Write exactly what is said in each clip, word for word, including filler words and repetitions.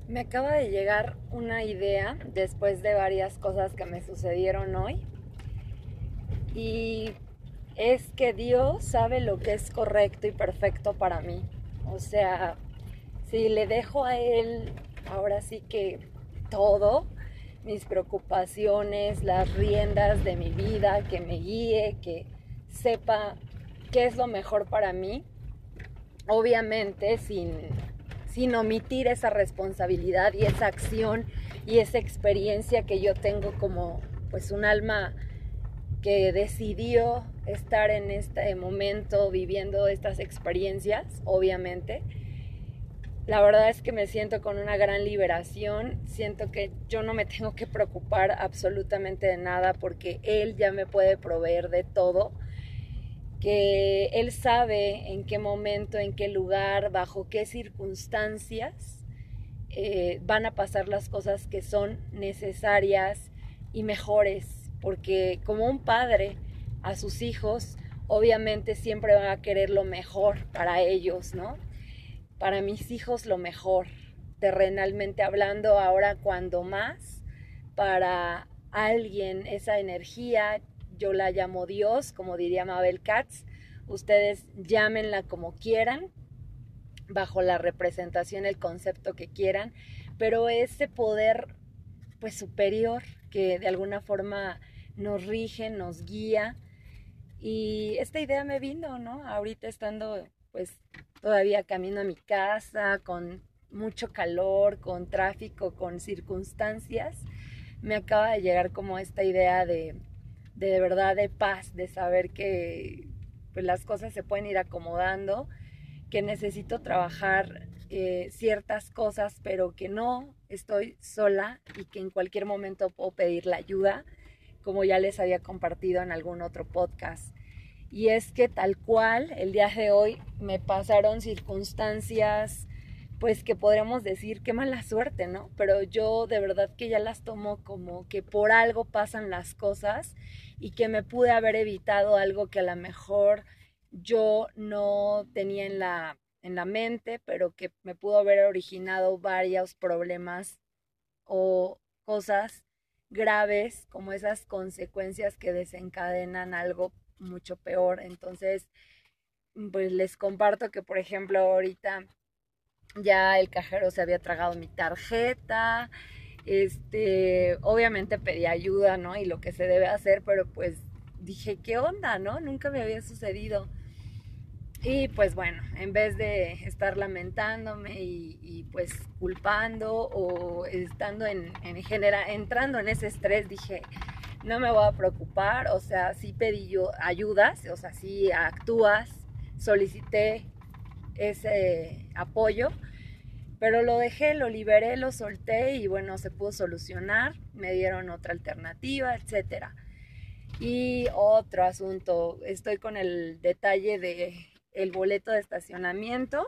Me acaba de llegar una idea después de varias cosas que me sucedieron hoy y es que Dios sabe lo que es correcto y perfecto para mí. O sea, si le dejo a Él ahora sí que todo, mis preocupaciones, las riendas de mi vida, que me guíe, que sepa qué es lo mejor para mí, obviamente sin, sin omitir esa responsabilidad y esa acción y esa experiencia que yo tengo como pues un alma que decidió estar en este momento viviendo estas experiencias, obviamente. La verdad es que me siento con una gran liberación, siento que yo no me tengo que preocupar absolutamente de nada porque Él ya me puede proveer de todo, que Él sabe en qué momento, en qué lugar, bajo qué circunstancias eh, van a pasar las cosas que son necesarias y mejores, porque como un padre a sus hijos, obviamente siempre va a querer lo mejor para ellos, ¿no? Para mis hijos lo mejor, terrenalmente hablando, ahora cuando más, para alguien esa energía, yo la llamo Dios, como diría Mabel Katz, ustedes llámenla como quieran, bajo la representación, el concepto que quieran, pero ese poder pues superior que de alguna forma nos rige, nos guía. Y esta idea me vino, ¿no? Ahorita estando pues todavía camino a mi casa, con mucho calor, con tráfico, con circunstancias, me acaba de llegar como esta idea de, de, de verdad de paz, de saber que pues, las cosas se pueden ir acomodando, que necesito trabajar eh, ciertas cosas, pero que no estoy sola y que en cualquier momento puedo pedir la ayuda, como ya les había compartido en algún otro podcast. Y es que tal cual, el día de hoy me pasaron circunstancias, pues que podríamos decir qué mala suerte, ¿no? Pero yo de verdad que ya las tomo como que por algo pasan las cosas y que me pude haber evitado algo que a lo mejor yo no tenía en la, en la mente, pero que me pudo haber originado varios problemas o cosas graves como esas consecuencias que desencadenan algo mucho peor. Entonces, pues les comparto que, por ejemplo, ahorita ya el cajero se había tragado mi tarjeta, este, obviamente pedí ayuda, ¿no? Y lo que se debe hacer, pero pues dije, ¿qué onda, no? Nunca me había sucedido. Y pues bueno, en vez de estar lamentándome y, y pues culpando o estando en, en genera, entrando en ese estrés, dije, no me voy a preocupar, o sea, sí pedí yo ayudas, o sea, sí actúas, solicité ese apoyo, pero lo dejé, lo liberé, lo solté y bueno, se pudo solucionar, me dieron otra alternativa, etcétera. Y otro asunto, estoy con el detalle de el boleto de estacionamiento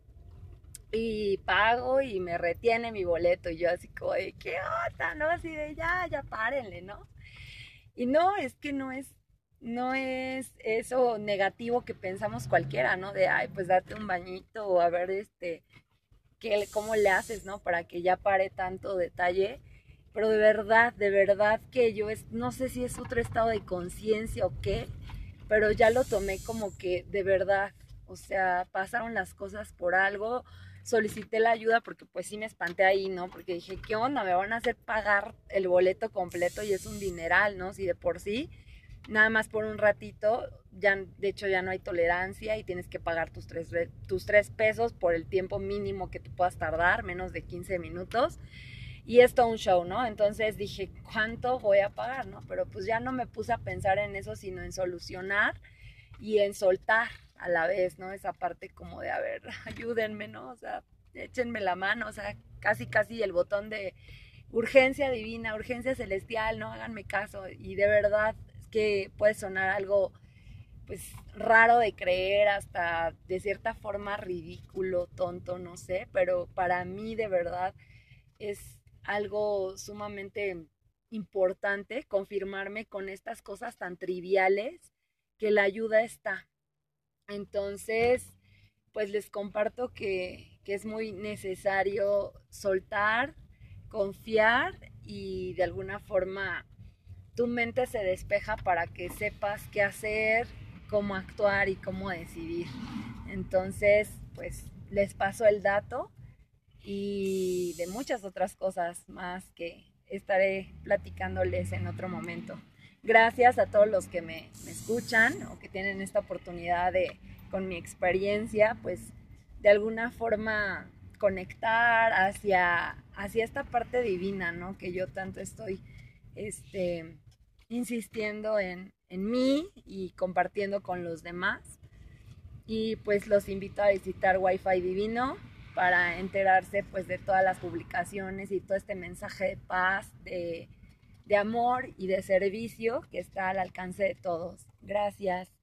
y pago y me retiene mi boleto y yo así como de, ¿qué onda? ¿No? Así de, ya, ya párenle, ¿no? Y no, es que no es, no es eso negativo que pensamos cualquiera, ¿no? De, ay, pues date un bañito o a ver, este, qué, cómo le haces, ¿no? Para que ya pare tanto detalle. Pero de verdad, de verdad que yo es, no sé si es otro estado de conciencia o qué, pero ya lo tomé como que de verdad, o sea, pasaron las cosas por algo, solicité la ayuda porque pues sí me espanté ahí, ¿no? Porque dije, ¿qué onda? Me van a hacer pagar el boleto completo y es un dineral, ¿no? Si de por sí, nada más por un ratito, ya, de hecho ya no hay tolerancia y tienes que pagar tus tres, tus tres pesos por el tiempo mínimo que te puedas tardar, menos de quince minutos. Y es todo un show, ¿no? Entonces dije, ¿cuánto voy a pagar, no? Pero pues ya no me puse a pensar en eso, sino en solucionar y en soltar a la vez, ¿no? Esa parte como de, a ver, ayúdenme, ¿no? O sea, échenme la mano, o sea, casi, casi el botón de urgencia divina, urgencia celestial, ¿no? Háganme caso. Y de verdad es que puede sonar algo, pues, raro de creer, hasta de cierta forma ridículo, tonto, no sé, pero para mí de verdad es algo sumamente importante confirmarme con estas cosas tan triviales que la ayuda está. Entonces, pues les comparto que, que es muy necesario soltar, confiar y de alguna forma tu mente se despeja para que sepas qué hacer, cómo actuar y cómo decidir. Entonces, pues les paso el dato y de muchas otras cosas más que estaré platicándoles en otro momento. Gracias a todos los que me, me escuchan o que tienen esta oportunidad de, con mi experiencia, pues de alguna forma conectar hacia, hacia esta parte divina, ¿no? Que yo tanto estoy este, insistiendo en, en mí y compartiendo con los demás. Y pues los invito a visitar Wi-Fi Divino para enterarse pues de todas las publicaciones y todo este mensaje de paz, de, de amor y de servicio que está al alcance de todos. Gracias.